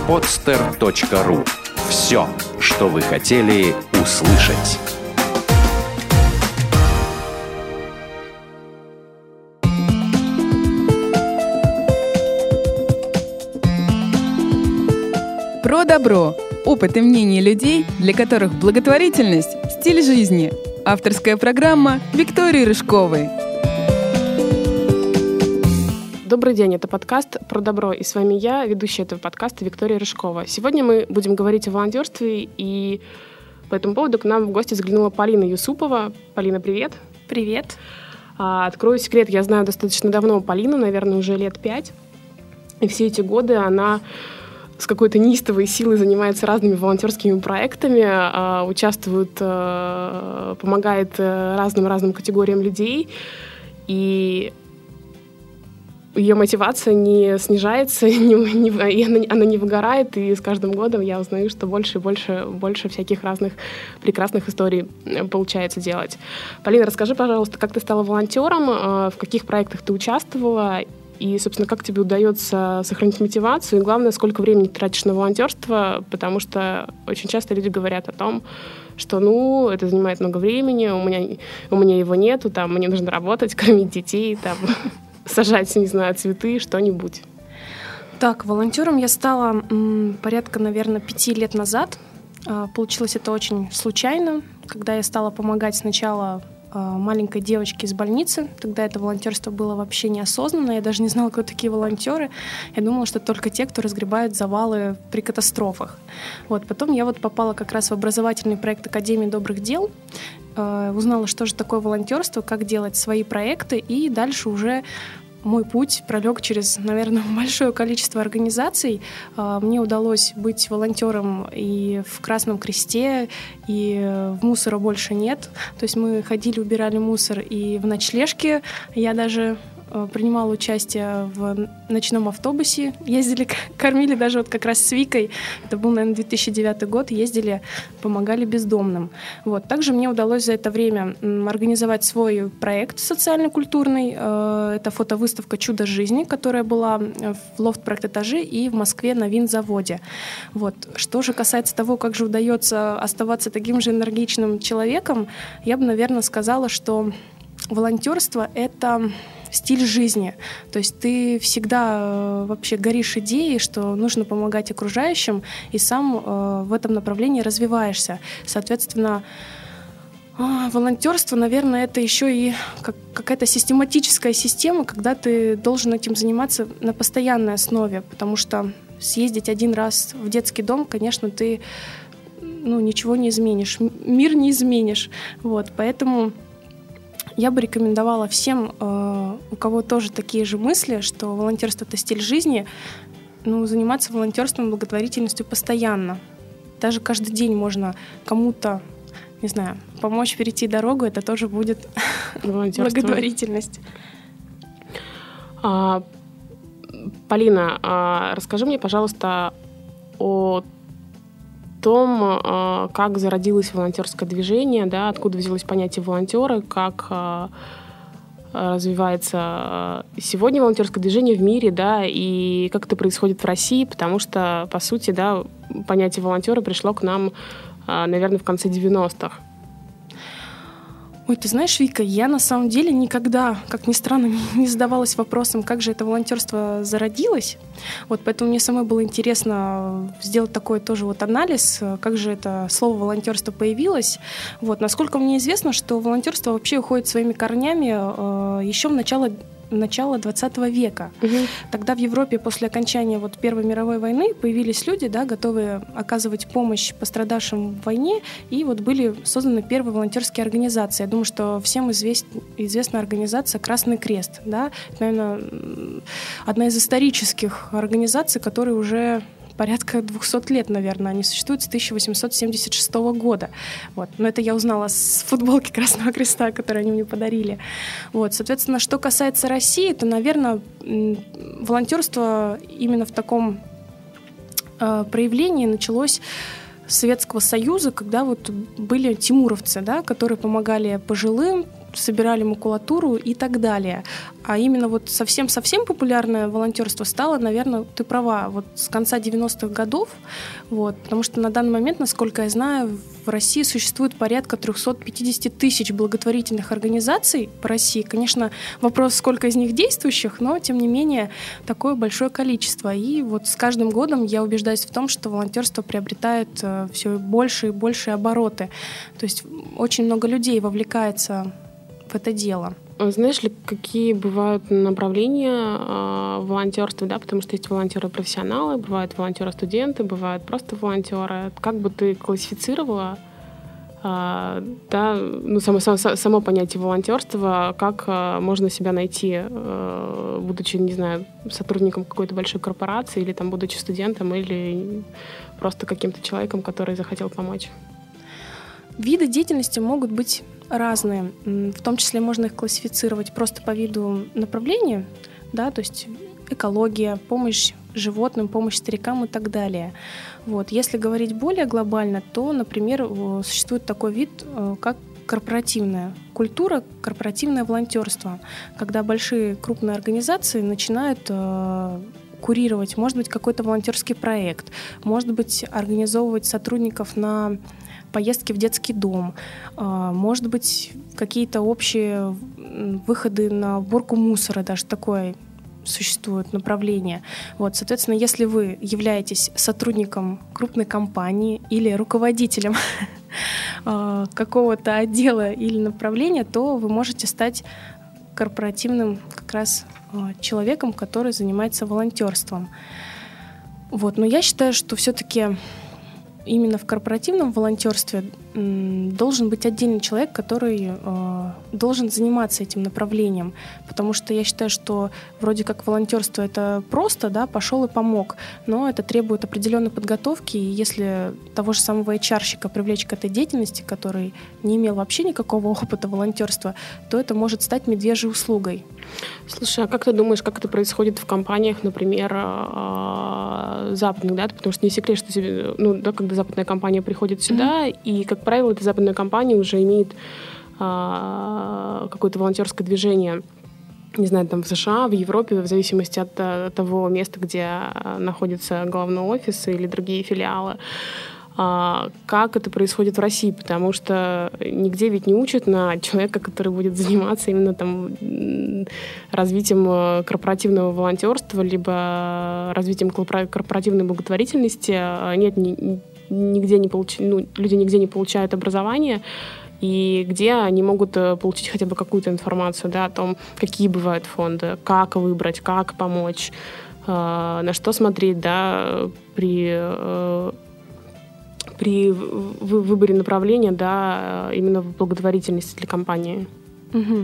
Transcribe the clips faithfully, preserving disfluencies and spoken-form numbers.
подстер точка ру. Все, что вы хотели услышать. Про добро. Опыт и мнения людей, для которых благотворительность – стиль жизни. Авторская программа Виктории Рыжковой. Добрый день, это подкаст «Про добро», и с вами я, ведущая этого подкаста Виктория Рыжкова. Сегодня мы будем говорить о волонтерстве, и по этому поводу к нам в гости заглянула Полина Юсупова. Полина, привет. Привет. А, открою секрет, я знаю достаточно давно Полину, наверное, уже лет пять, и все эти годы она с какой-то неистовой силой занимается разными волонтерскими проектами, а, участвует, а, помогает разным-разным категориям людей, и ее мотивация не снижается, не, не, и она, она не выгорает, и с каждым годом я узнаю, что больше и больше, больше всяких разных прекрасных историй получается делать. Полина, расскажи, пожалуйста, как ты стала волонтером, в каких проектах ты участвовала, и, собственно, как тебе удается сохранить мотивацию, и главное, сколько времени ты тратишь на волонтерство, потому что очень часто люди говорят о том, что, ну, это занимает много времени, у меня, у меня его нету, там, мне нужно работать, кормить детей, там, сажать, не знаю, цветы, что-нибудь. Так, волонтером я стала м, порядка, наверное, пяти лет назад. А, получилось это очень случайно, когда я стала помогать сначала а, маленькой девочке из больницы. Тогда это волонтерство было вообще неосознанно. Я даже не знала, кто такие волонтеры. Я думала, что только те, кто разгребает завалы при катастрофах. Вот. Потом я вот попала как раз в образовательный проект Академии добрых дел. Узнала, что же такое волонтерство, как делать свои проекты, и дальше уже мой путь пролег через, наверное, большое количество организаций. Мне удалось быть волонтером и в Красном Кресте, и в «Мусора больше нет». То есть мы ходили, убирали мусор и в ночлежке. Я даже принимала участие в ночном автобусе, ездили, кормили даже вот как раз с Викой, это был, наверное, две тысячи девятый год, ездили, помогали бездомным. Вот. Также мне удалось за это время организовать свой проект социально-культурный, это фотовыставка «Чудо жизни», которая была в лофт-проект-этаже и в Москве на винзаводе. Вот. Что же касается того, как же удается оставаться таким же энергичным человеком, я бы, наверное, сказала, что волонтерство — это стиль жизни. То есть ты всегда э, вообще горишь идеей, что нужно помогать окружающим, и сам э, в этом направлении развиваешься. Соответственно, э, волонтерство, наверное, это еще и как, какая-то систематическая система, когда ты должен этим заниматься на постоянной основе, потому что съездить один раз в детский дом, конечно, ты ну, ничего не изменишь, мир не изменишь. Вот, поэтому я бы рекомендовала всем, э, у кого тоже такие же мысли, что волонтерство — это стиль жизни, ну, заниматься волонтерством, благотворительностью постоянно. Даже каждый день можно кому-то, не знаю, помочь перейти дорогу, это тоже будет благотворительность. А, Полина, а расскажи мне, пожалуйста, о том, как зародилось волонтерское движение, да, откуда взялось понятие волонтера, как развивается сегодня волонтерское движение в мире, да, и как это происходит в России, потому что, по сути, да, понятие волонтера пришло к нам, наверное, в конце девяностых. Ой, ты знаешь, Вика, я на самом деле никогда, как ни странно, не задавалась вопросом, как же это волонтерство зародилось. Вот, поэтому мне самой было интересно сделать такой тоже вот анализ, как же это слово волонтерство появилось. Вот, насколько мне известно, что волонтерство вообще уходит своими корнями э, еще в начало начала двадцатого века. Угу. Тогда в Европе после окончания вот Первой мировой войны появились люди, да, готовые оказывать помощь пострадавшим в войне, и вот были созданы первые волонтерские организации. Я думаю, что всем извест, известна организация «Красный Крест». Да? Это, наверное, одна из исторических организаций, которые уже порядка двухсот лет, наверное, они существуют с тысяча восемьсот семьдесят шестого года. Вот. Но это я узнала с футболки Красного Креста, которую они мне подарили. Вот. Соответственно, что касается России, то, наверное, волонтерство именно в таком э, проявлении началось Советского Союза, когда вот были тимуровцы, да, которые помогали пожилым, собирали макулатуру и так далее. А именно вот совсем-совсем популярное волонтерство стало, наверное, ты права, вот с конца девяностых годов, вот, потому что на данный момент, насколько я знаю, в России существует порядка триста пятьдесят тысяч благотворительных организаций по России. Конечно, вопрос, сколько из них действующих, но, тем не менее, такое большое количество. И вот с каждым годом я убеждаюсь в том, что волонтерство приобретает э, все больше и больше обороты. То есть очень много людей вовлекается в это дело. Знаешь ли, какие бывают направления э, волонтерства, да, потому что есть волонтеры-профессионалы, бывают волонтеры-студенты, бывают просто волонтеры. Как бы ты классифицировала э, да, ну, само, само, само понятие волонтерства, как э, можно себя найти, э, будучи, не знаю, сотрудником какой-то большой корпорации, или там, будучи студентом, или просто каким-то человеком, который захотел помочь? Виды деятельности могут быть разные. В том числе можно их классифицировать просто по виду направления, да, то есть экология, помощь животным, помощь старикам и так далее. Вот. Если говорить более глобально, то, например, существует такой вид, как корпоративная культура, корпоративное волонтерство, когда большие крупные организации начинают э, курировать, может быть, какой-то волонтерский проект, может быть, организовывать сотрудников на поездки в детский дом, может быть, какие-то общие выходы на уборку мусора, даже такое существует направление. Вот, соответственно, если вы являетесь сотрудником крупной компании или руководителем какого-то отдела или направления, то вы можете стать корпоративным как раз человеком, который занимается волонтерством. Вот, но я считаю, что все-таки именно в корпоративном волонтерстве должен быть отдельный человек, который э, должен заниматься этим направлением, потому что я считаю, что вроде как волонтерство это просто, да, пошел и помог, но это требует определенной подготовки, и если того же самого эйч ар-щика привлечь к этой деятельности, который не имел вообще никакого опыта волонтерства, то это может стать медвежьей услугой. Слушай, а как ты думаешь, как это происходит в компаниях, например, западных, да? Потому что не секрет, что тебе, ну, да, когда западная компания приходит сюда, mm-hmm. и, как правило, эта западная компания уже имеет а, какое-то волонтерское движение, не знаю, там в США, в Европе, в зависимости от, от того места, где находится головной офис или другие филиалы. А, как это происходит в России, потому что нигде ведь не учат на человека, который будет заниматься именно там развитием корпоративного волонтерства, либо развитием корпоративной благотворительности. Нет, ни, нигде не получ... ну, люди нигде не получают образование, и где они могут получить хотя бы какую-то информацию, да, о том, какие бывают фонды, как выбрать, как помочь, э, на что смотреть, да, при... Э, при выборе направления, да, именно в благотворительности для компании. Угу.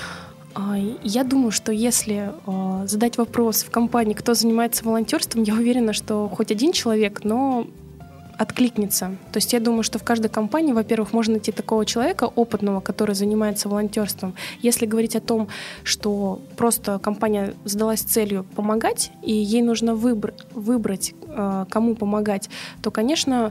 Я думаю, что если задать вопрос в компании, кто занимается волонтерством, я уверена, что хоть один человек, но откликнется. То есть я думаю, что в каждой компании, во-первых, можно найти такого человека опытного, который занимается волонтерством. Если говорить о том, что просто компания задалась целью помогать, и ей нужно выбр- выбрать, кому помогать, то, конечно,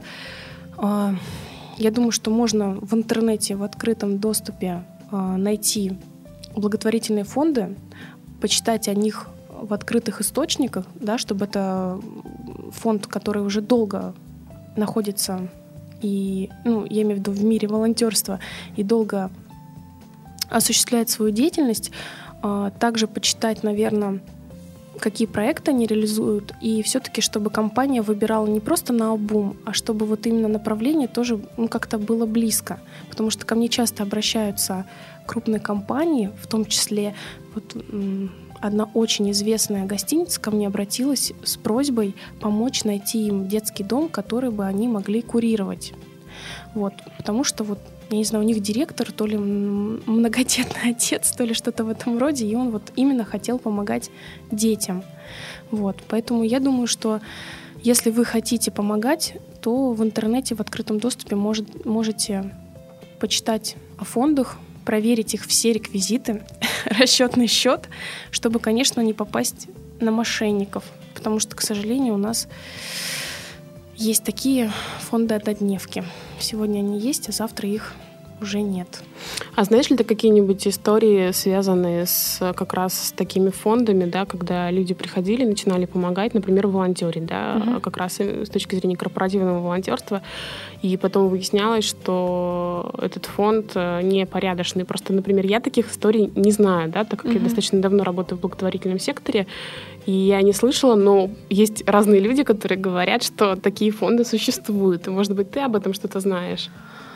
я думаю, что можно в интернете, в открытом доступе найти благотворительные фонды, почитать о них в открытых источниках, да, чтобы это фонд, который уже долго находится, и, ну, я имею в виду в мире волонтерства, и долго осуществляет свою деятельность. Также почитать, наверное, какие проекты они реализуют, и все-таки, чтобы компания выбирала не просто наобум, а чтобы вот именно направление тоже, ну, как-то было близко. Потому что ко мне часто обращаются крупные компании, в том числе вот одна очень известная гостиница ко мне обратилась с просьбой помочь найти им детский дом, который бы они могли курировать. Вот, потому что вот, я не знаю, у них директор, то ли многодетный отец, то ли что-то в этом роде, и он вот именно хотел помогать детям. Вот, поэтому я думаю, что если вы хотите помогать, то в интернете, в открытом доступе может, можете почитать о фондах, проверить их все реквизиты, расчетный счет, чтобы, конечно, не попасть на мошенников, потому что, к сожалению, у нас есть такие фонды-однодневки. Сегодня они есть, а завтра их уже нет. А знаешь ли ты какие-нибудь истории, связанные с, как раз с такими фондами, да, когда люди приходили, начинали помогать, например, волонтерить, да, угу. как раз с точки зрения корпоративного волонтерства, и потом выяснялось, что этот фонд непорядочный. Просто, например, я таких историй не знаю, да, так как угу. я достаточно давно работаю в благотворительном секторе, и я не слышала, но есть разные люди, которые говорят, что такие фонды существуют. И, может быть, ты об этом что-то знаешь?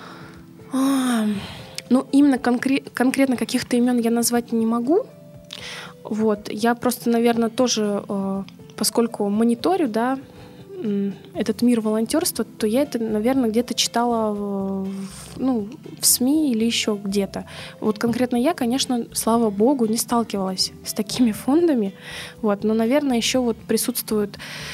Ну, именно конкре- конкретно каких-то имен я назвать не могу. Вот. Я просто, наверное, тоже, э, поскольку мониторю, да, э, этот мир волонтерства, то я это, наверное, где-то читала в, ну, в СМИ или еще где-то. Вот конкретно я, конечно, слава богу, не сталкивалась с такими фондами. Вот. Но, наверное, еще вот присутствует...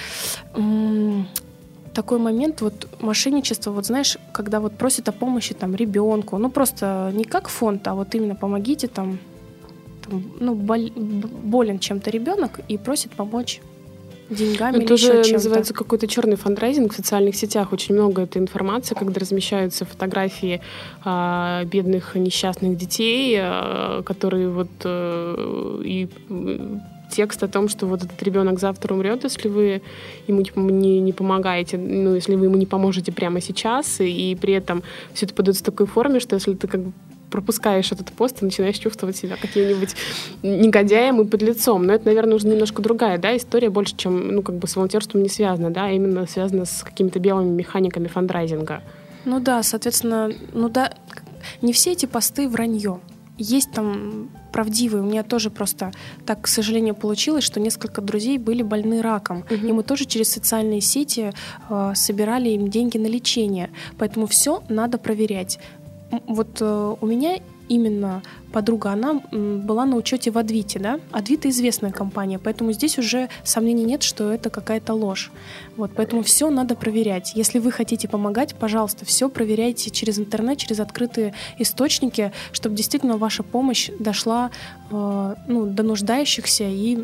Э, такой момент, вот мошенничество, вот знаешь, когда вот просят о помощи там ребенку, ну просто не как фонд, а вот именно помогите там, там ну боль, болен чем-то ребенок и просит помочь деньгами. Это уже называется какой-то черный фандрайзинг в социальных сетях. Очень много этой информации, когда размещаются фотографии а, бедных несчастных детей, а, которые вот а, и текст о том, что вот этот ребенок завтра умрет, если вы ему не, не помогаете, ну, если вы ему не поможете прямо сейчас, и, и при этом все это подается в такой форме, что если ты как бы пропускаешь этот пост, ты начинаешь чувствовать себя каким-нибудь негодяем и подлецом. Но это, наверное, уже немножко другая, да, история, больше, чем, ну, как бы с волонтерством не связана, да, а именно связана с какими-то белыми механиками фандрайзинга. Ну да, соответственно, ну да, не все эти посты вранье. Есть там правдивые. У меня тоже просто так, к сожалению, получилось, что несколько друзей были больны раком. Uh-huh. И мы тоже через социальные сети э, собирали им деньги на лечение. Поэтому все надо проверять. Вот э, у меня именно подруга, она была на учете в Адвите, да? Адвита известная компания, поэтому здесь уже сомнений нет, что это какая-то ложь. Вот, поэтому все надо проверять. Если вы хотите помогать, пожалуйста, все проверяйте через интернет, через открытые источники, чтобы действительно ваша помощь дошла э, ну, до нуждающихся и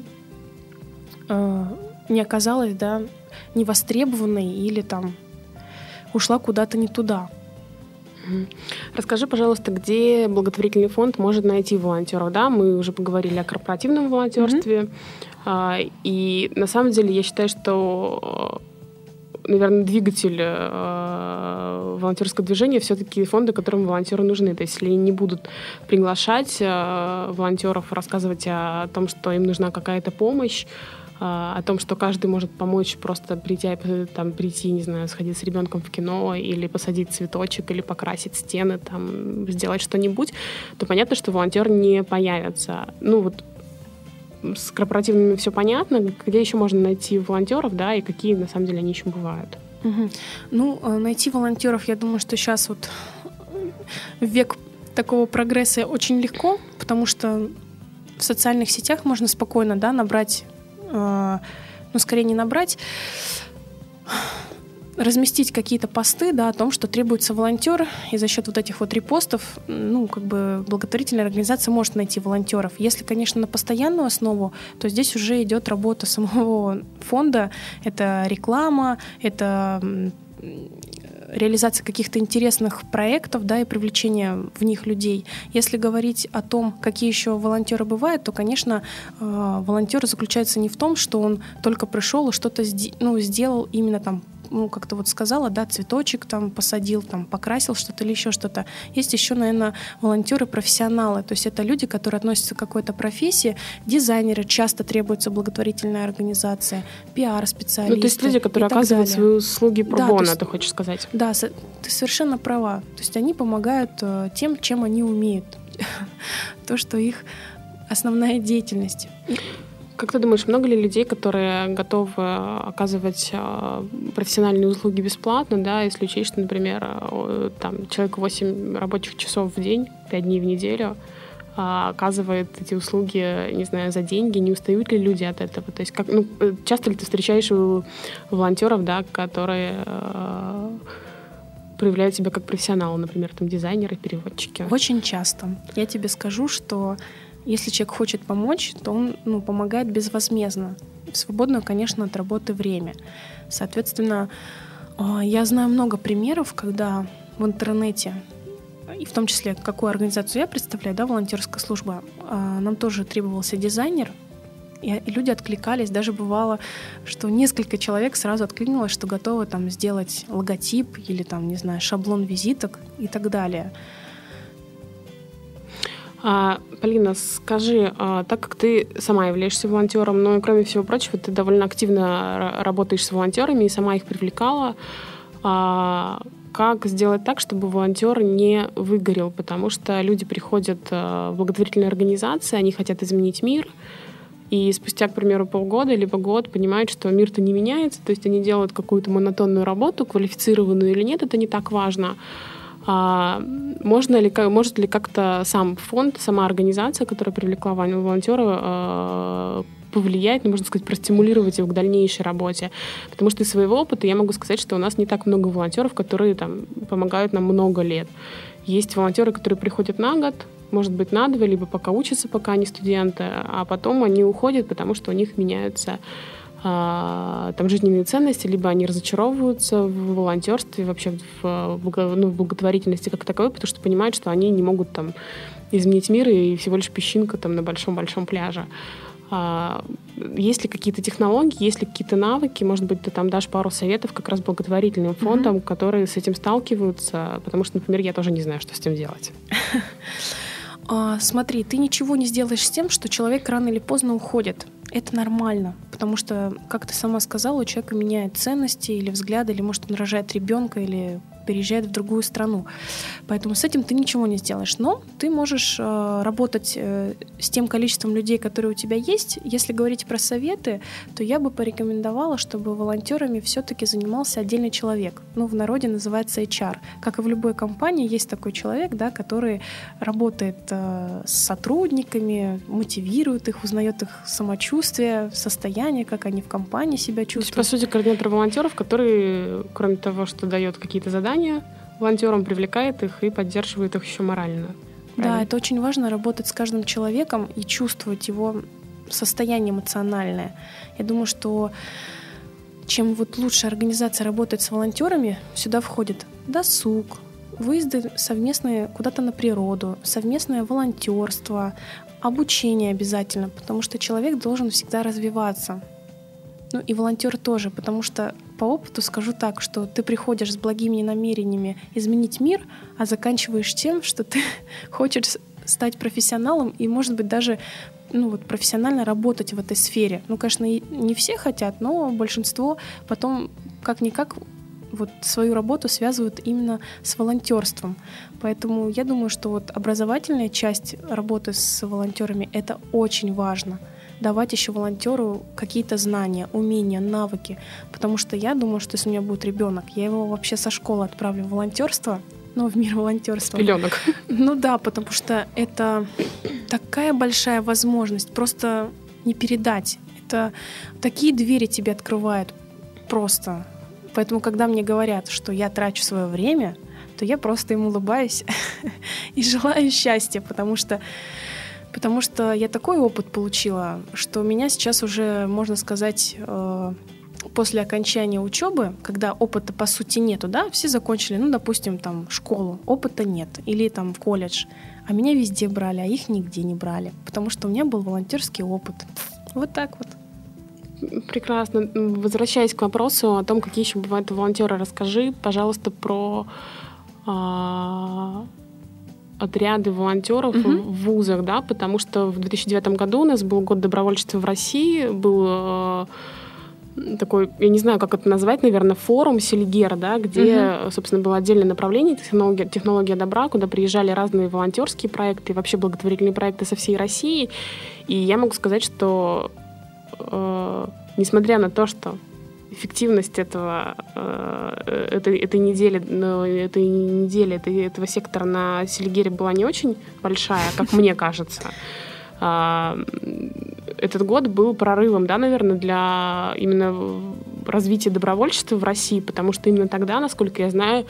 э, не оказалась, да, невостребованной или там ушла куда-то не туда. Расскажи, пожалуйста, где благотворительный фонд может найти волонтеров? Да, мы уже поговорили о корпоративном волонтерстве. Mm-hmm. И на самом деле я считаю, что, наверное, двигатель волонтерского движения все-таки фонды, которым волонтеры нужны. То есть если они не будут приглашать волонтеров, рассказывать о том, что им нужна какая-то помощь, о том, что каждый может помочь просто прийти, там, прийти, не знаю, сходить с ребенком в кино или посадить цветочек, или покрасить стены, там, сделать что-нибудь, то понятно, что волонтеры не появятся. Ну вот с корпоративными все понятно. Где еще можно найти волонтеров, да, и какие на самом деле они еще бывают? Угу. Ну, найти волонтеров, я думаю, что сейчас вот в век такого прогресса очень легко, потому что в социальных сетях можно спокойно, да, набрать, ну, скорее не набрать, разместить какие-то посты, да, о том, что требуется волонтер, и за счет вот этих вот репостов, ну, как бы благотворительная организация может найти волонтеров. Если, конечно, на постоянную основу, то здесь уже идет работа самого фонда, это реклама, это реализация каких-то интересных проектов, да, и привлечение в них людей. Если говорить о том, какие еще волонтеры бывают, то, конечно, волонтер заключается не в том, что он только пришел и что-то ну, сделал именно там, ну, как-то вот сказала, да, цветочек там посадил, там покрасил что-то или еще что-то. Есть еще, наверное, волонтеры-профессионалы. То есть это люди, которые относятся к какой-то профессии. Дизайнеры, часто требуется благотворительная организация, пиар-специалисты. Ну, то есть люди, которые оказывают далее. свои услуги про да, боно, есть, ты хочешь сказать? Да, ты совершенно права. То есть они помогают э, тем, чем они умеют. То, что их основная деятельность. Как ты думаешь, много ли людей, которые готовы оказывать э, профессиональные услуги бесплатно, да, если учесть, что, например, э, там, человек восемь рабочих часов в день, пять дней в неделю э, оказывает эти услуги, не знаю, за деньги, не устают ли люди от этого? То есть как, ну, часто ли ты встречаешь волонтеров, да, которые э, проявляют себя как профессионалы, например, там, дизайнеры, переводчики? Очень часто. Я тебе скажу, что если человек хочет помочь, то он ну, помогает безвозмездно, в свободное, конечно, от работы время. Соответственно, я знаю много примеров, когда в интернете и в том числе, какую организацию я представляю, да, волонтерская служба, нам тоже требовался дизайнер, и люди откликались. Даже бывало, что несколько человек сразу откликнулось, что готовы там сделать логотип или там, не знаю, шаблон визиток и так далее. А, Полина, скажи, а, так как ты сама являешься волонтером, но, кроме всего прочего, ты довольно активно работаешь с волонтерами и сама их привлекала, а, как сделать так, чтобы волонтер не выгорел? Потому что люди приходят в благотворительные организации, они хотят изменить мир, и спустя, к примеру, полгода либо год понимают, что мир-то не меняется, то есть они делают какую-то монотонную работу, квалифицированную или нет, это не так важно. А можно ли, может ли как-то сам фонд, сама организация, которая привлекла волонтера, повлиять, ну, можно сказать, простимулировать его к дальнейшей работе? Потому что из своего опыта я могу сказать, что у нас не так много волонтеров, которые там помогают нам много лет. Есть волонтеры, которые приходят на год, может быть, на два, либо пока учатся, пока они студенты, а потом они уходят, потому что у них меняются там жизненные ценности, либо они разочаровываются в волонтерстве, вообще в, ну, в благотворительности как таковой, потому что понимают, что они не могут там изменить мир и всего лишь песчинка там на большом-большом пляже. А, есть ли какие-то технологии, есть ли какие-то навыки? Может быть, ты там дашь пару советов как раз благотворительным фондам, mm-hmm. которые с этим сталкиваются, потому что, например, я тоже не знаю, что с этим делать. Смотри, ты ничего не сделаешь с тем, что человек рано или поздно уходит. Это нормально, потому что, как ты сама сказала, у человека меняют ценности или взгляды, или, может, он рожает ребенка, или переезжает в другую страну. Поэтому с этим ты ничего не сделаешь. Но ты можешь э, работать э, с тем количеством людей, которые у тебя есть. Если говорить про советы, то я бы порекомендовала, чтобы волонтерами все-таки занимался отдельный человек. Ну, в народе называется эйч ар. Как и в любой компании, есть такой человек, да, который работает э, с сотрудниками, мотивирует их, узнает их самочувствие, состояние, как они в компании себя чувствуют. То есть, по сути, координатор волонтеров, который, кроме того, что дает какие-то задания, волонтерам, привлекает их и поддерживает их еще морально. Правильно? Да, это очень важно, работать с каждым человеком и чувствовать его состояние эмоциональное. Я думаю, что чем вот лучше организация работает с волонтерами, сюда входит досуг, выезды совместные куда-то на природу, совместное волонтерство, обучение обязательно, потому что человек должен всегда развиваться. Ну и волонтер тоже, потому что по опыту скажу так, что ты приходишь с благими намерениями изменить мир, а заканчиваешь тем, что ты хочешь стать профессионалом и, может быть, даже ну, вот, профессионально работать в этой сфере. Ну, конечно, не все хотят, но большинство потом как-никак вот свою работу связывают именно с волонтерством. Поэтому я думаю, что вот образовательная часть работы с волонтерами — это очень важно. Давать еще волонтеру какие-то знания, умения, навыки. Потому что я думаю, что если у меня будет ребенок, я его вообще со школы отправлю в волонтерство, ну, в мир волонтерства. Пеленок. Ну да, потому что это такая большая возможность, просто не передать. Это такие двери тебе открывают просто. Поэтому, когда мне говорят, что я трачу свое время, то я просто им улыбаюсь и желаю счастья, потому что Потому что я такой опыт получила, что у меня сейчас уже, можно сказать, после окончания учебы, когда опыта по сути нету, да, все закончили, ну, допустим, там, школу, опыта нет, или там в колледж, а меня везде брали, а их нигде не брали, потому что у меня был волонтерский опыт. Вот так вот. Прекрасно. Возвращаясь к вопросу о том, какие еще бывают волонтеры, расскажи, пожалуйста, про а, отряды волонтеров угу. в вузах, да, потому что в две тысячи девятом году у нас был год добровольчества в России, был а, такой, я не знаю, как это назвать, наверное, форум Селигер, да, где, угу. собственно, было отдельное направление технология, технология добра, куда приезжали разные волонтерские проекты и вообще благотворительные проекты со всей России. И я могу сказать, что э, несмотря на то, что эффективность этого, э, этой, этой недели, ну, этой недели этой, этого сектора на Селигере была не очень большая, как мне кажется. Этот год был прорывом, да, наверное, для именно развития добровольчества в России, потому что именно тогда, насколько я знаю,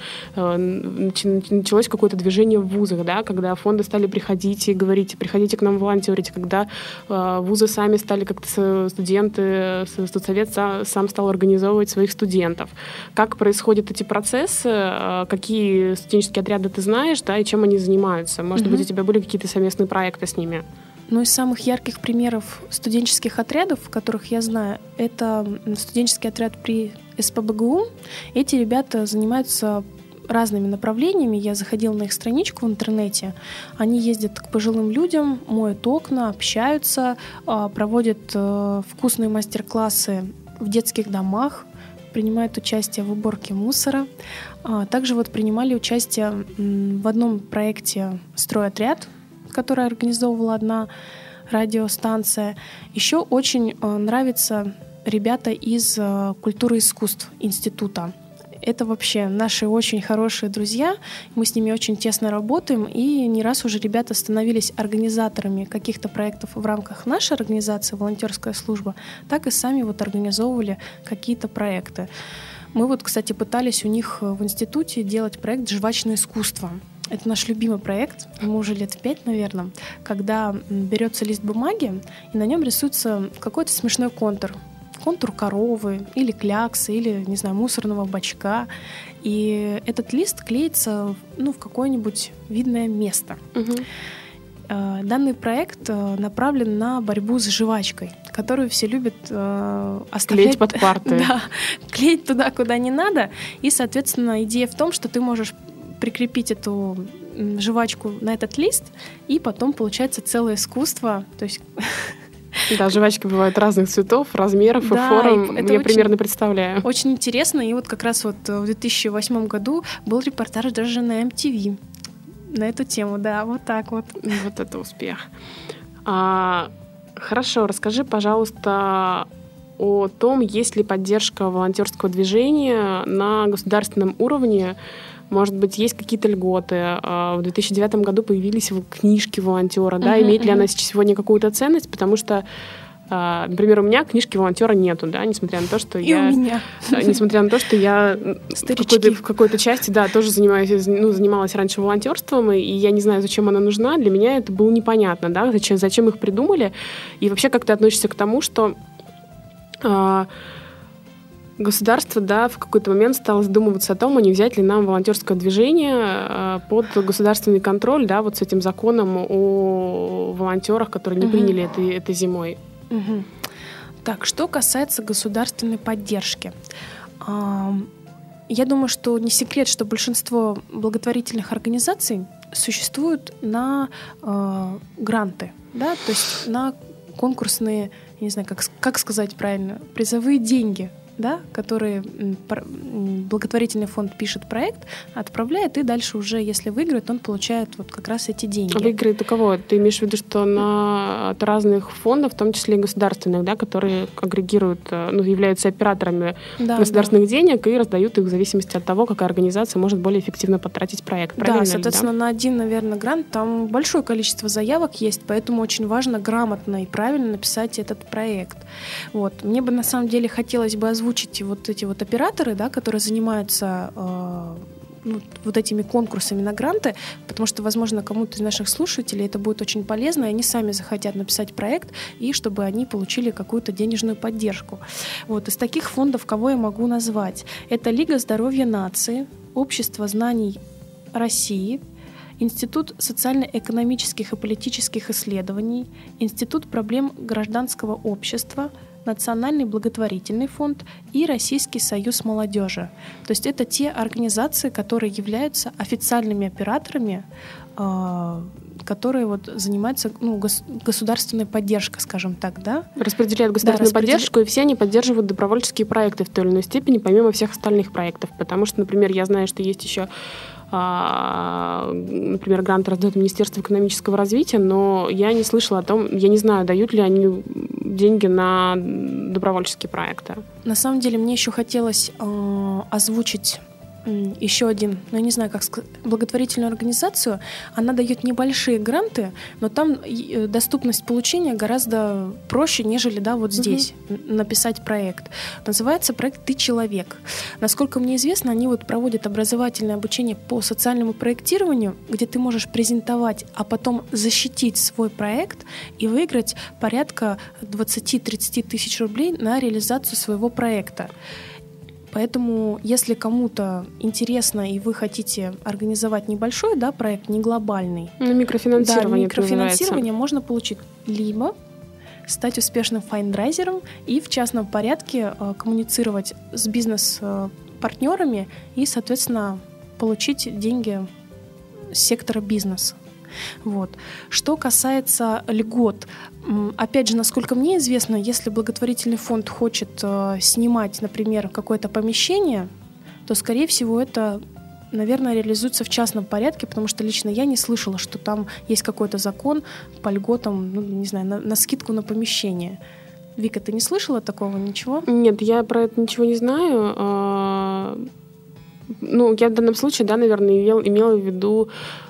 началось какое-то движение в вузах, да, когда фонды стали приходить и говорить, приходите к нам волонтерить, когда вузы сами стали как-то, студенты, студсовет сам стал организовывать своих студентов. Как происходят эти процессы, какие студенческие отряды ты знаешь, да, и чем они занимаются? Может угу. быть, у тебя были какие-то совместные проекты с ними? Ну, из самых ярких примеров студенческих отрядов, которых я знаю, это студенческий отряд при эс пэ бэ гэ у. Эти ребята занимаются разными направлениями. Я заходила на их страничку в интернете. Они ездят к пожилым людям, моют окна, общаются, проводят вкусные мастер-классы в детских домах, принимают участие в уборке мусора. Также вот принимали участие в одном проекте «Стройотряд», которую организовывала одна радиостанция. Еще очень нравятся ребята из культуры и искусств института. Это вообще наши очень хорошие друзья. Мы с ними очень тесно работаем, и не раз уже ребята становились организаторами каких-то проектов в рамках нашей организации «Волонтерская служба», так и сами вот организовывали какие-то проекты. Мы вот, кстати, пытались у них в институте делать проект «Жвачное искусство». Это наш любимый проект, ему уже лет пять, наверное, когда берется лист бумаги, и на нем рисуется какой-то смешной контур. Контур коровы или кляксы, или, не знаю, мусорного бачка. И этот лист клеится, ну, в какое-нибудь видное место. Угу. Данный проект направлен на борьбу с жвачкой, которую все любят э, оставлять... Клеить под парты. Да, клеить туда, куда не надо. И, соответственно, идея в том, что ты можешь прикрепить эту жвачку на этот лист, и потом получается целое искусство. То есть... Да, жвачки бывают разных цветов, размеров да, и форм. Это я очень, примерно представляю. Очень интересно. И вот как раз вот в две тысячи восьмом году был репортаж даже на эм ти ви на эту тему. Да, вот так вот. Вот это успех. А, хорошо, расскажи, пожалуйста, о том, есть ли поддержка волонтерского движения на государственном уровне. Может быть, есть какие-то льготы. В две тысячи девятом году появились книжки волонтера. Да? Uh-huh, Имеет ли uh-huh. она сегодня какую-то ценность? Потому что, например, у меня книжки волонтера нету, да, несмотря на то, что И я... у меня. Несмотря на то, что я в какой-то, в какой-то части, да, тоже занимаюсь, ну, занималась раньше волонтерством, и я не знаю, зачем она нужна. Для меня это было непонятно, да, зачем, зачем их придумали. И вообще, как ты относишься к тому, что... Государство, да, в какой-то момент стало задумываться о том, а не взять ли нам волонтерское движение под государственный контроль, да, вот с этим законом о волонтерах, которые не угу. приняли это, это зимой. Угу. Так, что касается государственной поддержки. Я думаю, что не секрет, что большинство благотворительных организаций существуют на э, гранты, да, то есть на конкурсные, я не знаю, как, как сказать правильно, призовые деньги, да, которые благотворительный фонд пишет проект, отправляет, и дальше уже, если выиграет, он получает вот как раз эти деньги. А выиграет у кого? Ты имеешь в виду, что на, от разных фондов, в том числе и государственных, да, которые агрегируют, ну, являются операторами да, государственных да. денег и раздают их в зависимости от того, какая организация может более эффективно потратить проект. Правильно да, ли, соответственно, да? на один, наверное, грант там большое количество заявок есть, поэтому очень важно грамотно и правильно написать этот проект. Вот. Мне бы на самом деле хотелось бы озвучить вот эти вот операторы, да, которые занимаются э, ну, вот этими конкурсами на гранты, потому что, возможно, кому-то из наших слушателей это будет очень полезно, и они сами захотят написать проект, и чтобы они получили какую-то денежную поддержку. Вот. Из таких фондов кого я могу назвать? Это Лига здоровья нации, Общество знаний России, Институт социально-экономических и политических исследований, Институт проблем гражданского общества, Национальный благотворительный фонд и Российский союз молодежи. То есть это те организации, которые являются официальными операторами, которые вот занимаются ну, гос- государственной поддержкой, скажем так, да? Распределяют государственную да, распредел... поддержку, и все они поддерживают добровольческие проекты в той или иной степени, помимо всех остальных проектов. Потому что, например, я знаю, что есть еще например, грант раздает Министерство экономического развития, но я не слышала о том, я не знаю, дают ли они деньги на добровольческие проекты. На самом деле мне еще хотелось э, озвучить еще один, ну, я не знаю, как сказать, благотворительную организацию. Она дает небольшие гранты, но там доступность получения гораздо проще, нежели, да, вот здесь угу. написать проект. Называется проект «Ты человек». Насколько мне известно, они вот проводят образовательное обучение по социальному проектированию, где ты можешь презентовать, а потом защитить свой проект и выиграть порядка двадцать-тридцать тысяч рублей на реализацию своего проекта. Поэтому, если кому-то интересно и вы хотите организовать небольшой, да, проект, не глобальный, ну, микрофинансирование, да, микрофинансирование можно получить либо стать успешным фандрайзером и в частном порядке э, коммуницировать с бизнес-партнерами и, соответственно, получить деньги с сектора бизнеса. Вот. Что касается льгот, опять же, насколько мне известно, если благотворительный фонд хочет э, снимать, например, какое-то помещение, то, скорее всего, это, наверное, реализуется в частном порядке, потому что лично я не слышала, что там есть какой-то закон по льготам, ну, не знаю, на, на скидку на помещение. Вика, ты не слышала такого ничего? Нет, я про это ничего не знаю. Ну, я в данном случае, да, наверное, имел, имела в виду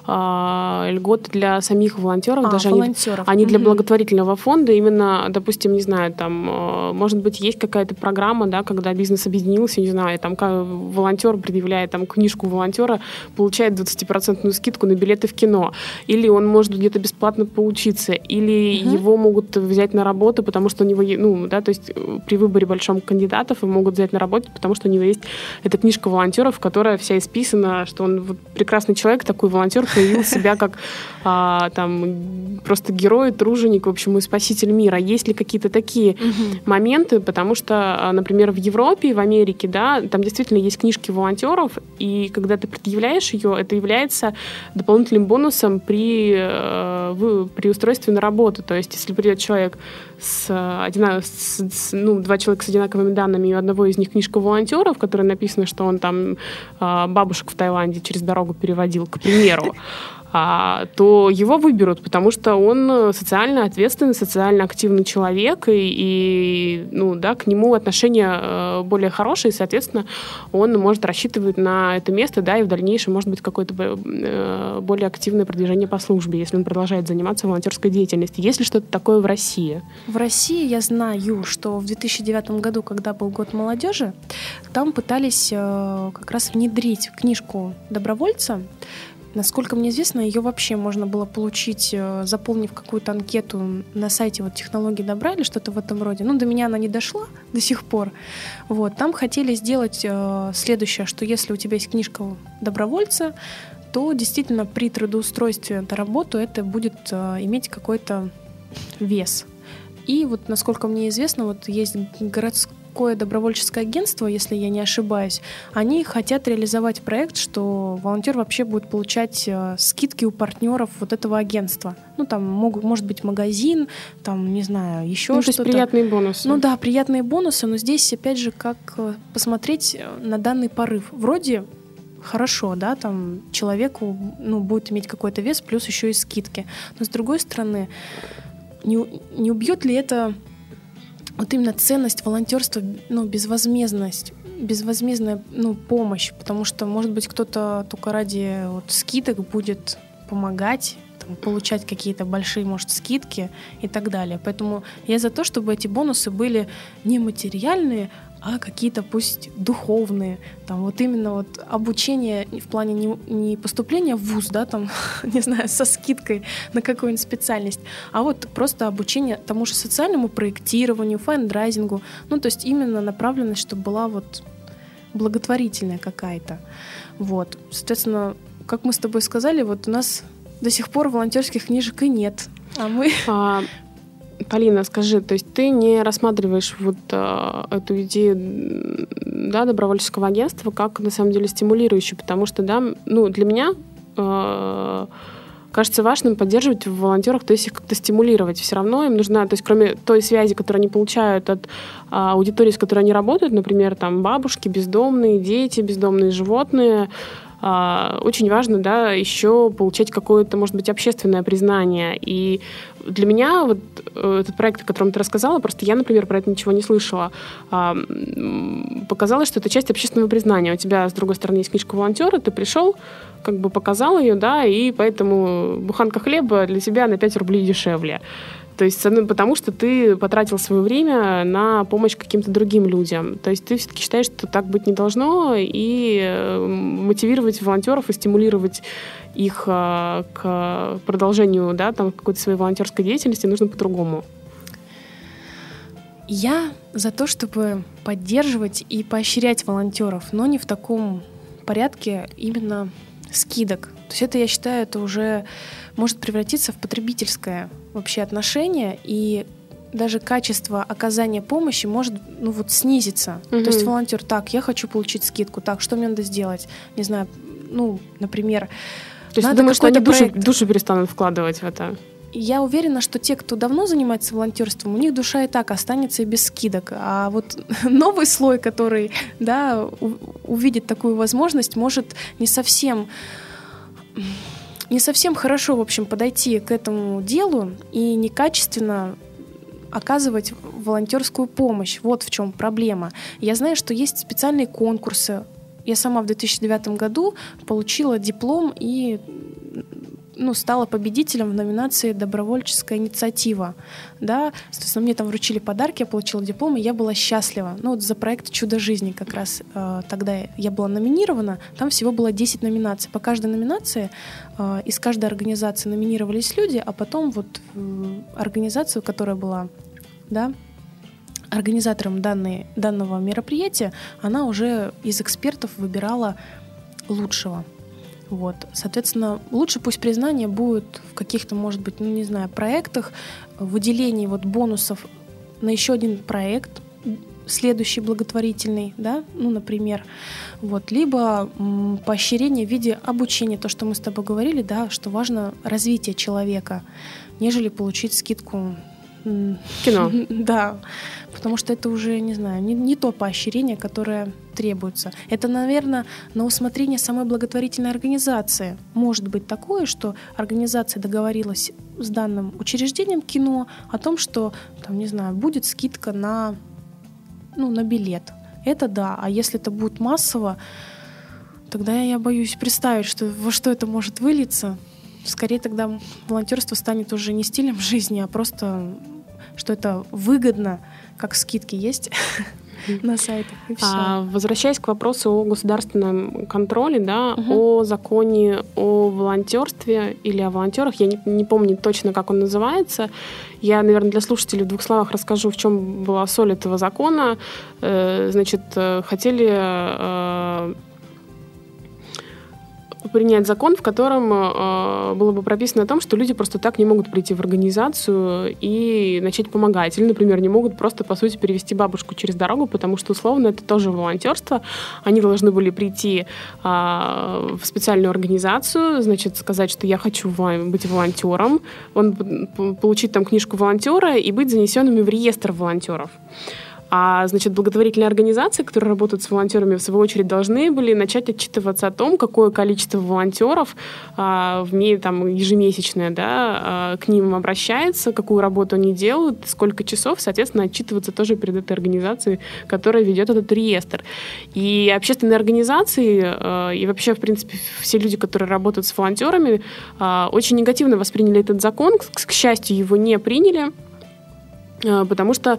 а, льготы для самих волонтеров, а, даже волонтеров. они, они для угу. благотворительного фонда. Именно, допустим, не знаю, там, может быть, есть какая-то программа, да, когда бизнес объединился, не знаю, там волонтер предъявляет там книжку волонтера, получает двадцатипроцентную скидку на билеты в кино. Или он может где-то бесплатно поучиться, или угу. его могут взять на работу, потому что у него, ну, да, то есть при выборе большом кандидатов его могут взять на работу, потому что у него есть эта книжка волонтеров, которая вся исписана, что он вот прекрасный человек, такой волонтер, проявил себя как а, там просто герой, труженик, в общем, и спаситель мира. Есть ли какие-то такие угу. моменты? Потому что, например, в Европе, в Америке, да, там действительно есть книжки волонтеров, и когда ты предъявляешь ее, это является дополнительным бонусом при, при устройстве на работу. То есть, если придет человек с, одина, с, с ну, два человека с одинаковыми данными, и у одного из них книжка волонтеров, в которой написано, что он там бабушек в Таиланде через дорогу переводил, к примеру, а, то его выберут, потому что он социально ответственный, социально активный человек, и, и ну, да, к нему отношения более хорошие, и, соответственно, он может рассчитывать на это место, да, и в дальнейшем может быть какое-то более активное продвижение по службе, если он продолжает заниматься волонтерской деятельностью. Есть ли что-то такое в России? В России я знаю, что в две тысячи девятом году, когда был год молодежи, там пытались э, как раз внедрить книжку добровольца. Насколько мне известно, ее вообще можно было получить, заполнив какую-то анкету на сайте вот «Технологии добра» или что-то в этом роде. Ну, до меня она не дошла до сих пор. Вот. Там хотели сделать э, следующее, что если у тебя есть книжка добровольца, то действительно при трудоустройстве на работу это будет э, иметь какой-то вес. И вот, насколько мне известно, вот есть городское Такое добровольческое агентство, если я не ошибаюсь, они хотят реализовать проект, что волонтер вообще будет получать э, скидки у партнеров вот этого агентства. Ну, там могут, может быть магазин, там, не знаю, еще ну, что-то. То есть приятные бонусы. Ну да, приятные бонусы, но здесь, опять же, как посмотреть на данный порыв. Вроде хорошо, да, там человеку, ну, будет иметь какой-то вес, плюс еще и скидки. Но с другой стороны, не, не убьет ли это вот именно ценность волонтерства, ну, безвозмездность, безвозмездная, ну, помощь, потому что, может быть, кто-то только ради вот скидок будет помогать, там, получать какие-то большие, может, скидки и так далее. Поэтому я за то, чтобы эти бонусы были не материальные, а какие-то пусть духовные, там вот именно вот обучение в плане не, не поступления в вуз, да, там, не знаю, со скидкой на какую-нибудь специальность, а вот просто обучение тому же социальному проектированию, фандрайзингу, ну, то есть именно направленность, чтобы была вот благотворительная какая-то. Вот, соответственно, как мы с тобой сказали, вот у нас до сих пор волонтерских книжек и нет, а мы... А... Полина, скажи, то есть ты не рассматриваешь вот э, эту идею, да, добровольческого агентства как на самом деле стимулирующую, потому что, да, ну, для меня э, кажется важным поддерживать в волонтерах, то есть их как-то стимулировать. Все равно им нужна, то есть кроме той связи, которую они получают от э, аудитории, с которой они работают, например, там бабушки, бездомные, дети, бездомные животные, очень важно, да, еще получать какое-то, может быть, общественное признание. И для меня вот этот проект, о котором ты рассказала, просто я, например, про это ничего не слышала, показалось, что это часть общественного признания. У тебя, с другой стороны, есть книжка волонтера, ты пришел, как бы показал ее, да, и поэтому буханка хлеба для тебя на пять рублей дешевле. То есть, потому что ты потратил свое время на помощь каким-то другим людям. То есть ты все-таки считаешь, что так быть не должно, и мотивировать волонтеров и стимулировать их к продолжению, да, там, какой-то своей волонтерской деятельности нужно по-другому. Я за то, чтобы поддерживать и поощрять волонтеров, но не в таком порядке именно скидок. То есть это, я считаю, это уже может превратиться в потребительское вообще отношение, и даже качество оказания помощи может, ну, вот, снизиться. Mm-hmm. То есть волонтер, так, я хочу получить скидку, так, что мне надо сделать? Не знаю, ну, например... То есть ты думаешь, что они душу, душу перестанут вкладывать в это? Я уверена, что те, кто давно занимается волонтерством, у них душа и так останется и без скидок. А вот новый слой, который, да, у- увидит такую возможность, может не совсем... не совсем хорошо, в общем, подойти к этому делу и некачественно оказывать волонтерскую помощь. Вот в чем проблема. Я знаю, что есть специальные конкурсы. Я сама в две тысячи девятом году получила диплом и, ну, стала победителем в номинации «Добровольческая инициатива». Да? Соответственно, мне там вручили подарки, я получила диплом, и я была счастлива. Ну, вот за проект «Чудо жизни» как раз э, тогда я была номинирована. Там всего было десять номинаций. По каждой номинации э, из каждой организации номинировались люди, а потом вот э, организацию, которая была, да, организатором данной, данного мероприятия, она уже из экспертов выбирала лучшего. Вот. Соответственно, лучше пусть признание будет в каких-то, может быть, ну, не знаю, проектах, выделении вот бонусов на еще один проект, следующий благотворительный, да, ну, например, вот, либо м, поощрение в виде обучения, то, что мы с тобой говорили, да, что важно развитие человека, нежели получить скидку. Кино. Да, потому что это уже, не знаю, не, не то поощрение, которое требуется. Это, наверное, на усмотрение самой благотворительной организации. Может быть такое, что организация договорилась с данным учреждением кино о том, что, там, не знаю, будет скидка на, ну, на билет. Это да, а если это будет массово, тогда я боюсь представить, что, во что это может вылиться. Скорее тогда волонтерство станет уже не стилем жизни, а просто, что это выгодно, как скидки есть на сайтах, и все. А, возвращаясь к вопросу о государственном контроле, да, угу. о законе о волонтерстве или о волонтерах, я не, не помню точно, как он называется. Я, наверное, для слушателей в двух словах расскажу, в чем была соль этого закона. Э, значит, хотели... Э, принять закон, в котором э, было бы прописано о том, что люди просто так не могут прийти в организацию и начать помогать. Или, например, не могут просто, по сути, перевести бабушку через дорогу, потому что, условно, это тоже волонтерство. Они должны были прийти э, в специальную организацию, значит, сказать, что я хочу быть волонтером, он, получить там книжку волонтера и быть занесенными в реестр волонтеров. А, значит, благотворительные организации, которые работают с волонтерами, в свою очередь, должны были начать отчитываться о том, какое количество волонтеров а, в ми, там, ежемесячное, да, а, к ним обращается, какую работу они делают, сколько часов, соответственно, отчитываться тоже перед этой организацией, которая ведет этот реестр. И общественные организации а, и вообще, в принципе, все люди, которые работают с волонтерами, а, очень негативно восприняли этот закон. К, к счастью, его не приняли, потому что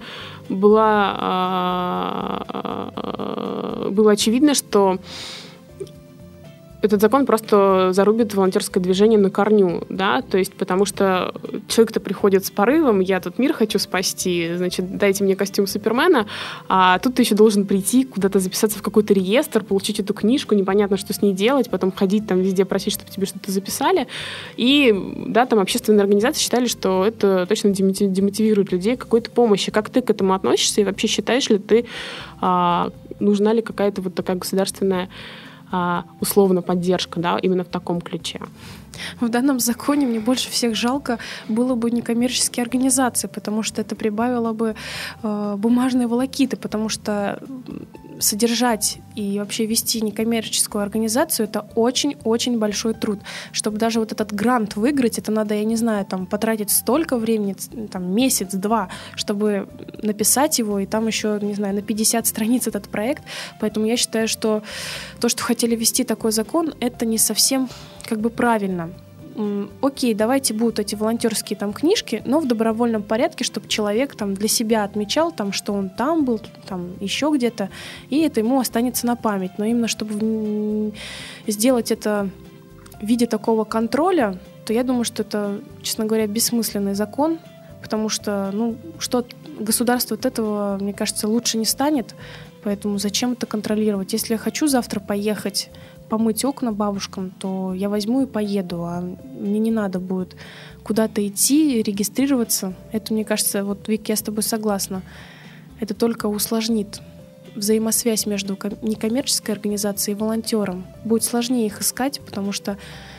было, было очевидно, что этот закон просто зарубит волонтерское движение на корню, да, то есть потому что человек-то приходит с порывом, я тут мир хочу спасти, значит, дайте мне костюм Супермена, а тут ты еще должен прийти, куда-то записаться в какой-то реестр, получить эту книжку, непонятно, что с ней делать, потом ходить там везде просить, чтобы тебе что-то записали, и, да, там общественные организации считали, что это точно демотивирует людей к какой-то помощи. Как ты к этому относишься и вообще считаешь ли ты, а, нужна ли какая-то вот такая государственная условно поддержка, да, именно в таком ключе? В данном законе мне больше всех жалко было бы некоммерческие организации, потому что это прибавило бы э, бумажные волокиты, потому что содержать и вообще вести некоммерческую организацию — это очень-очень большой труд. Чтобы даже вот этот грант выиграть, это надо, я не знаю, там, потратить столько времени, там, месяц-два, чтобы написать его, и там еще, не знаю, на пятьдесят страниц этот проект. Поэтому я считаю, что то, что хотели ввести такой закон, это не совсем как бы правильно. Окей, давайте будут эти волонтерские там книжки, но в добровольном порядке, чтобы человек там для себя отмечал, там, что он там был, там еще где-то, и это ему останется на память. Но именно чтобы сделать это в виде такого контроля, то я думаю, что это, честно говоря, бессмысленный закон, потому что, ну, что государство от этого, мне кажется, лучше не станет, поэтому зачем это контролировать? Если я хочу завтра поехать помыть окна бабушкам, то я возьму и поеду, а мне не надо будет куда-то идти, регистрироваться. Это, мне кажется, вот, Вик, я с тобой согласна, это только усложнит взаимосвязь между некоммерческой организацией и волонтером. Будет сложнее их искать, потому что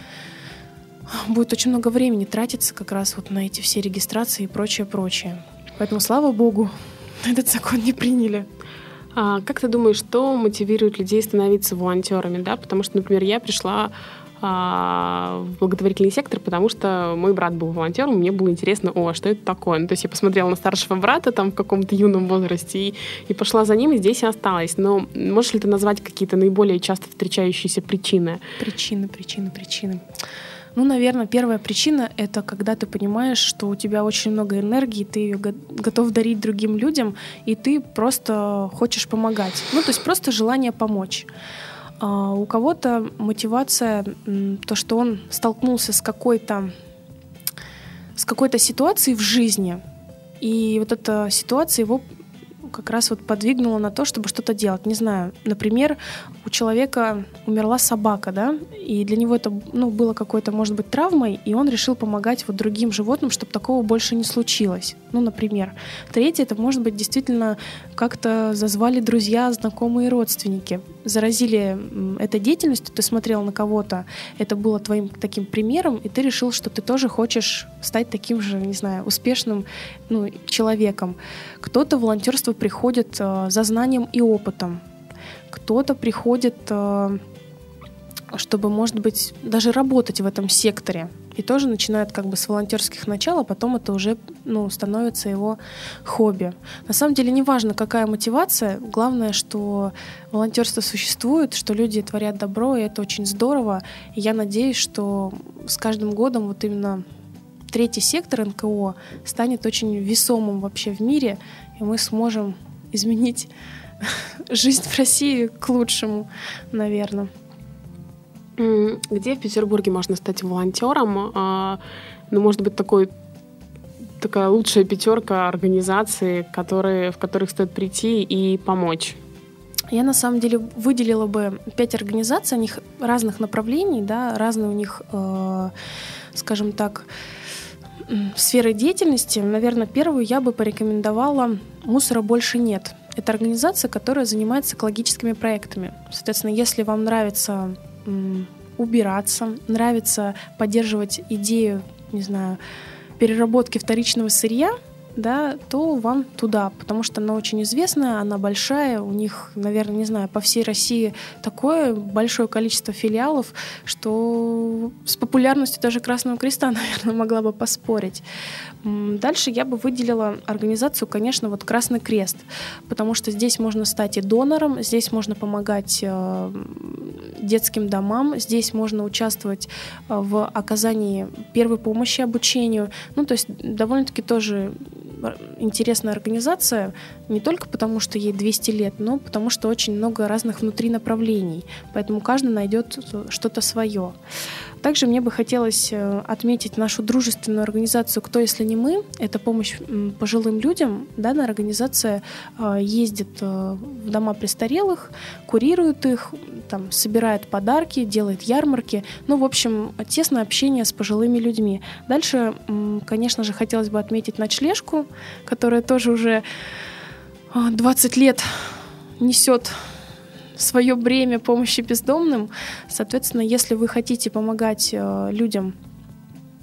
будет очень много времени тратиться как раз вот на эти все регистрации и прочее-прочее. Поэтому, слава богу, этот закон не приняли. А как ты думаешь, что мотивирует людей становиться волонтерами? Да? Потому что, например, я пришла а, в благотворительный сектор, потому что мой брат был волонтером, мне было интересно, о, что это такое? Ну, то есть я посмотрела на старшего брата там в каком-то юном возрасте и, и пошла за ним, и здесь и осталась. Но можешь ли ты назвать какие-то наиболее часто встречающиеся причины? Причины, причины, причины. Ну, наверное, первая причина — это когда ты понимаешь, что у тебя очень много энергии, ты ее готов дарить другим людям, и ты просто хочешь помогать. Ну, то есть просто желание помочь. А у кого-то мотивация, то, что он столкнулся с какой-то, с какой-то ситуацией в жизни, и вот эта ситуация его как раз вот подвигнула на то, чтобы что-то делать. Не знаю, например, у человека умерла собака, да, и для него это, ну, было какой-то, может быть, травмой, и он решил помогать вот другим животным, чтобы такого больше не случилось. Ну, например. Третье, это, может быть, действительно как-то зазвали друзья, знакомые, родственники, заразили этой деятельностью, ты смотрел на кого-то, это было твоим таким примером, и ты решил, что ты тоже хочешь стать таким же, не знаю, успешным, ну, человеком. Кто-то в волонтерство приходит э, за знанием и опытом. Кто-то приходит, э, чтобы, может быть, даже работать в этом секторе. И тоже начинает как бы с волонтерских начал, а потом это уже, ну, становится его хобби. На самом деле не важно, какая мотивация. Главное, что волонтерство существует, что люди творят добро, и это очень здорово. И я надеюсь, что с каждым годом вот именно третий сектор эн ка о станет очень весомым вообще в мире, и мы сможем изменить жизнь в России к лучшему, наверное. Где в Петербурге можно стать волонтером? А, ну, может быть, такой, такая лучшая пятерка организаций, которые, в которых стоит прийти и помочь? Я, на самом деле, выделила бы пять организаций, у них разных направлений, да, разные у них, э, скажем так, сферы деятельности. Наверное, первую я бы порекомендовала «Мусора больше нет». Это организация, которая занимается экологическими проектами. Соответственно, если вам нравится м, убираться, нравится поддерживать идею, не знаю, переработки вторичного сырья, да, то вам туда, потому что она очень известная, она большая, у них, наверное, не знаю, по всей России такое большое количество филиалов, что с популярностью даже Красного Креста, наверное, могла бы поспорить. Дальше я бы выделила организацию, конечно, вот Красный Крест, потому что здесь можно стать и донором, здесь можно помогать э, детским домам, здесь можно участвовать в оказании первой помощи, обучению. Ну, то есть довольно-таки тоже интересная организация, не только потому, что ей двести лет, но потому что очень много разных внутри направлений, поэтому каждый найдет что-то свое. Также мне бы хотелось отметить нашу дружественную организацию «Кто, если не мы?». Это помощь пожилым людям. Данная организация ездит в дома престарелых, курирует их, там, собирает подарки, делает ярмарки. Ну, в общем, тесное общение с пожилыми людьми. Дальше, конечно же, хотелось бы отметить ночлежку, которая тоже уже двадцать лет несет свое бремя помощи бездомным. Соответственно, если вы хотите помогать э, людям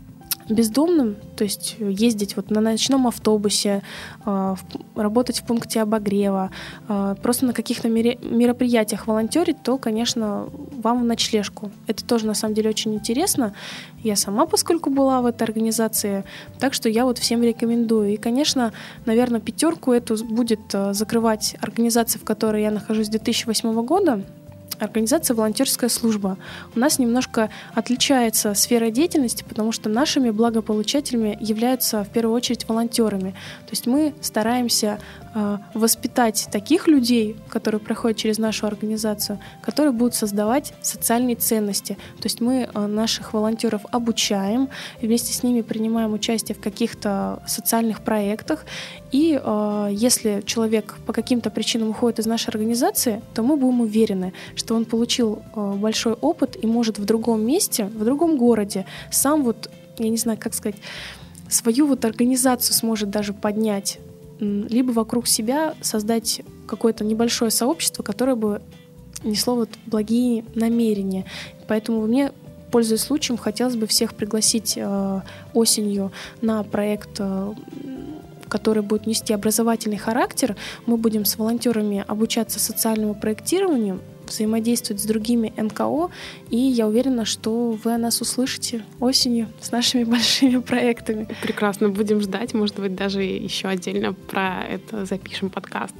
бездомным, то есть ездить вот на ночном автобусе, работать в пункте обогрева, просто на каких-то мероприятиях волонтерить, то, конечно, вам в ночлежку. Это тоже, на самом деле, очень интересно. Я сама, поскольку была в этой организации, так что я вот всем рекомендую. И, конечно, наверное, пятерку эту будет закрывать организация, в которой я нахожусь с две тысячи восьмого года. Организация «Волонтерская служба». У нас немножко отличается сфера деятельности, потому что нашими благополучателями являются в первую очередь волонтерами. То есть мы стараемся э, воспитать таких людей, которые проходят через нашу организацию, которые будут создавать социальные ценности. То есть мы э, наших волонтеров обучаем, вместе с ними принимаем участие в каких-то социальных проектах. И э, если человек по каким-то причинам уходит из нашей организации, то мы будем уверены, что он получил э, большой опыт и может в другом месте, в другом городе сам вот, я не знаю, как сказать, свою вот организацию сможет даже поднять, либо вокруг себя создать какое-то небольшое сообщество, которое бы несло вот благие намерения. Поэтому мне, пользуясь случаем, хотелось бы всех пригласить э, осенью на проект, э, который будет нести образовательный характер. Мы будем с волонтерами обучаться социальному проектированию, взаимодействовать с другими эн ка о, и я уверена, что вы о нас услышите осенью с нашими большими проектами. Прекрасно, будем ждать, может быть, даже еще отдельно про это запишем подкаст.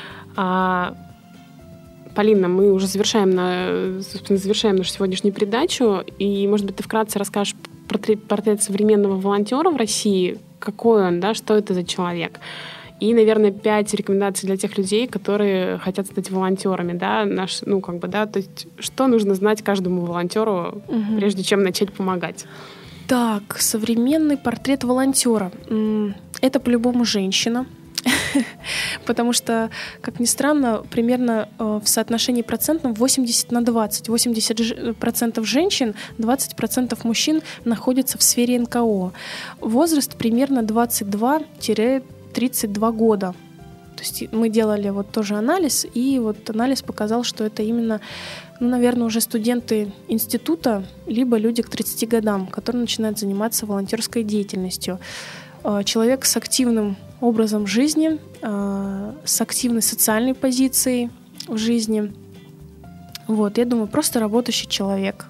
А, Полина, мы уже завершаем, на, завершаем нашу сегодняшнюю передачу, и, может быть, ты вкратце расскажешь портрет, портрет современного волонтера в России, какой он, да, что это за человек. И, наверное, пять рекомендаций для тех людей, которые хотят стать волонтерами, да, наш, ну, как бы, да, то есть что нужно знать каждому волонтеру, угу. прежде чем начать помогать? Так, современный портрет волонтера. Это по-любому женщина, потому что, как ни странно, примерно в соотношении процентном восемьдесят на двадцать. восемьдесят процентов женщин, двадцать процентов мужчин находятся в сфере эн ка о. Возраст примерно двадцать два тридцать два года. То есть мы делали вот тоже анализ, и вот анализ показал, что это именно, ну, наверное, уже студенты института, либо люди к тридцати годам, которые начинают заниматься волонтерской деятельностью. Человек с активным образом жизни, с активной социальной позицией в жизни. Вот, я думаю, просто работающий человек.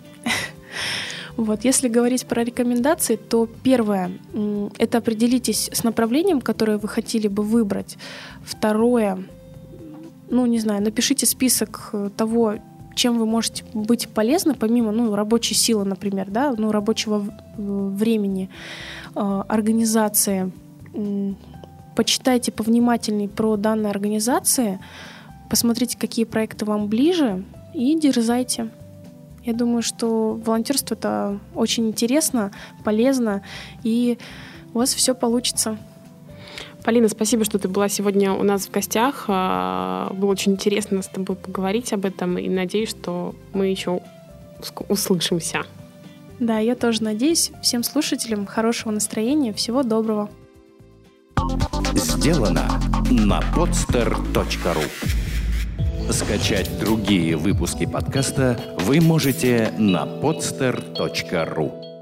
Вот. Если говорить про рекомендации, то первое – это определитесь с направлением, которое вы хотели бы выбрать. Второе – ну, не знаю, напишите список того, чем вы можете быть полезны, помимо, ну, рабочей силы, например, да, ну, рабочего времени, э, организации. Почитайте повнимательнее про данные организации, посмотрите, какие проекты вам ближе, и дерзайте. Я думаю, что волонтерство — это очень интересно, полезно, и у вас все получится. Полина, спасибо, что ты была сегодня у нас в гостях. Было очень интересно с тобой поговорить об этом, и надеюсь, что мы еще услышимся. Да, я тоже надеюсь. Всем слушателям хорошего настроения, всего доброго. Сделано на подстер точка ру. Скачать другие выпуски подкаста вы можете на подстер точка ру.